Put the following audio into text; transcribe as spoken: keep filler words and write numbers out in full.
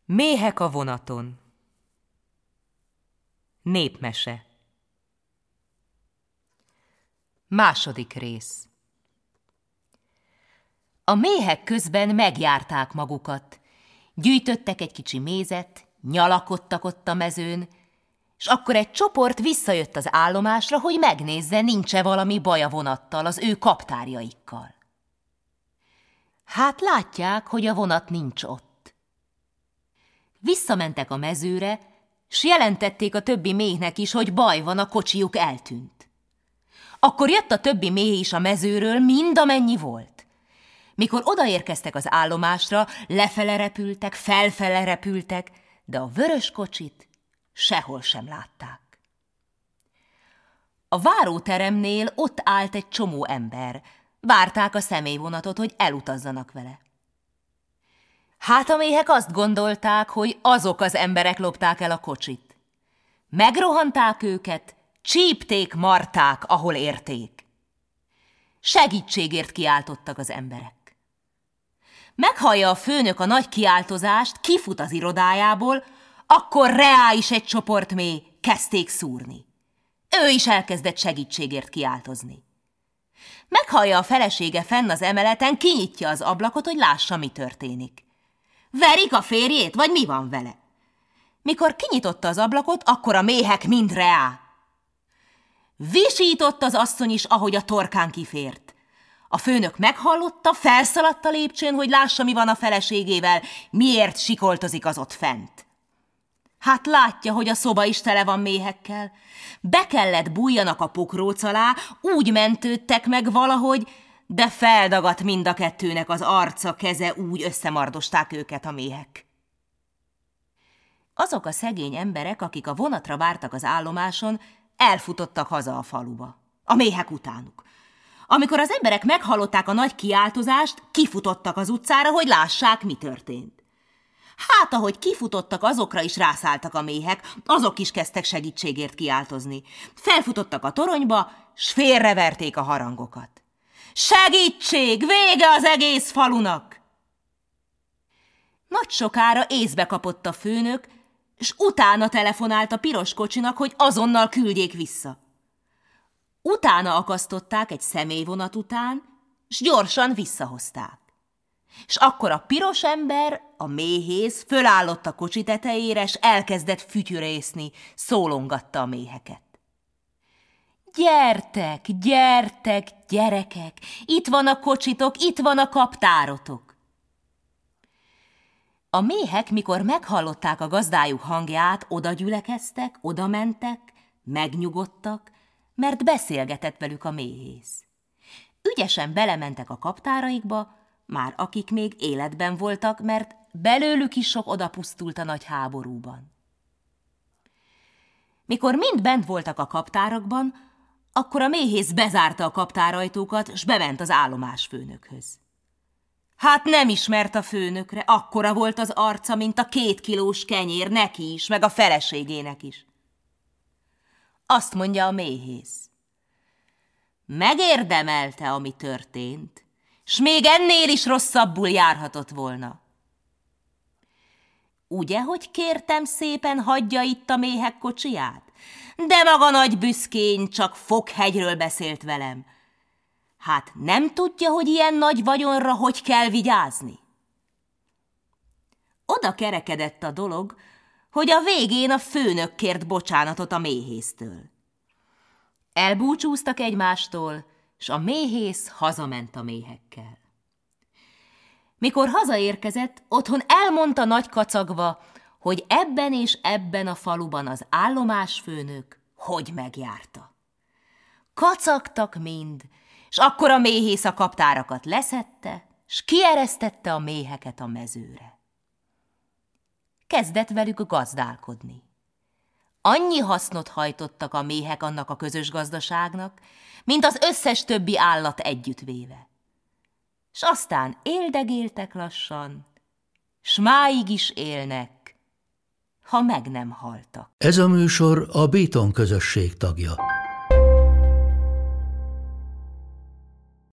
Méhek a vonaton. Népmese. Második rész. A méhek közben megjárták magukat, gyűjtöttek egy kicsi mézet, nyalakodtak ott a mezőn, és akkor egy csoport visszajött az állomásra, hogy megnézze, nincs-e valami baj a vonattal, az ő kaptárjaikkal. Hát látják, hogy a vonat nincs ott. Visszamentek a mezőre, s jelentették a többi méhnek is, hogy baj van, a kocsijuk eltűnt. Akkor jött a többi méh is a mezőről, mind amennyi volt. Mikor odaérkeztek az állomásra, lefele repültek, felfele repültek, de a vörös kocsit sehol sem látták. A váróteremnél ott állt egy csomó ember, várták a személyvonatot, hogy elutazzanak vele. Hát a méhek azt gondolták, hogy azok az emberek lopták el a kocsit. Megrohanták őket, csípték, marták, ahol érték. Segítségért kiáltottak az emberek. Meghallja a főnök a nagy kiáltozást, kifut az irodájából, akkor reá is egy csoport méh kezdték szúrni. Ő is elkezdett segítségért kiáltozni. Meghallja a felesége fenn az emeleten, kinyitja az ablakot, hogy lássa, mi történik. Verik a férjét, vagy mi van vele? Mikor kinyitotta az ablakot, akkor a méhek mind reá. Visított az asszony is, ahogy a torkán kifért. A főnök meghallotta, felszaladt a lépcsőn, hogy lássa, mi van a feleségével, miért sikoltozik az ott fent. Hát látja, hogy a szoba is tele van méhekkel. Be kellett bújjanak a pokróc alá, úgy mentődtek meg valahogy, de feldagadt mind a kettőnek az arca, keze, úgy összemardosták őket a méhek. Azok a szegény emberek, akik a vonatra vártak az állomáson, elfutottak haza a faluba. A méhek utánuk. Amikor az emberek meghallották a nagy kiáltozást, kifutottak az utcára, hogy lássák, mi történt. Hát, ahogy kifutottak, azokra is rászálltak a méhek, azok is kezdtek segítségért kiáltozni. Felfutottak a toronyba, s félreverték a harangokat. Segítség! Vége az egész falunak! Nagy sokára észbe kapott a főnök, s utána telefonált a piros kocsinak, hogy azonnal küldjék vissza. Utána akasztották egy személyvonat után, s gyorsan visszahozták. S akkor a piros ember, a méhész fölállott a kocsi tetejére, s elkezdett fütyörészni, szólongatta a méheket. Gyertek, gyertek, gyerekek, itt van a kocsitok, itt van a kaptárotok. A méhek, mikor meghallották a gazdájuk hangját, oda gyülekeztek, oda mentek, megnyugodtak, mert beszélgetett velük a méhész. Ügyesen belementek a kaptáraikba, már akik még életben voltak, mert belőlük is sok odapusztult a nagy háborúban. Mikor mind bent voltak a kaptárakban, akkor a méhész bezárta a kaptárajtókat, s bement az állomásfőnökhöz. Hát nem ismert a főnökre, akkora volt az arca, mint a két kilós kenyér, neki is, meg a feleségének is. Azt mondja a méhész: megérdemelte, ami történt, s még ennél is rosszabbul járhatott volna. Ugye, hogy kértem szépen, hagyja itt a méhek kocsiját? De maga nagy büszkén csak Fokhegyről beszélt velem. Hát nem tudja, hogy ilyen nagy vagyonra hogy kell vigyázni? Oda kerekedett a dolog, hogy a végén a főnök kért bocsánatot a méhésztől. Elbúcsúztak egymástól, s a méhész hazament a méhekkel. Mikor hazaérkezett, otthon elmondta nagy kacagva, hogy ebben és ebben a faluban az állomásfőnök hogy megjárta. Kacagtak mind, s akkor a méhész a kaptárakat leszedte, s kieresztette a méheket a mezőre. Kezdett velük gazdálkodni. Annyi hasznot hajtottak a méhek annak a közös gazdaságnak, mint az összes többi állat együttvéve. S aztán éldegéltek lassan, s máig is élnek, ha meg nem haltak. Ez a műsor a Béton közösség tagja.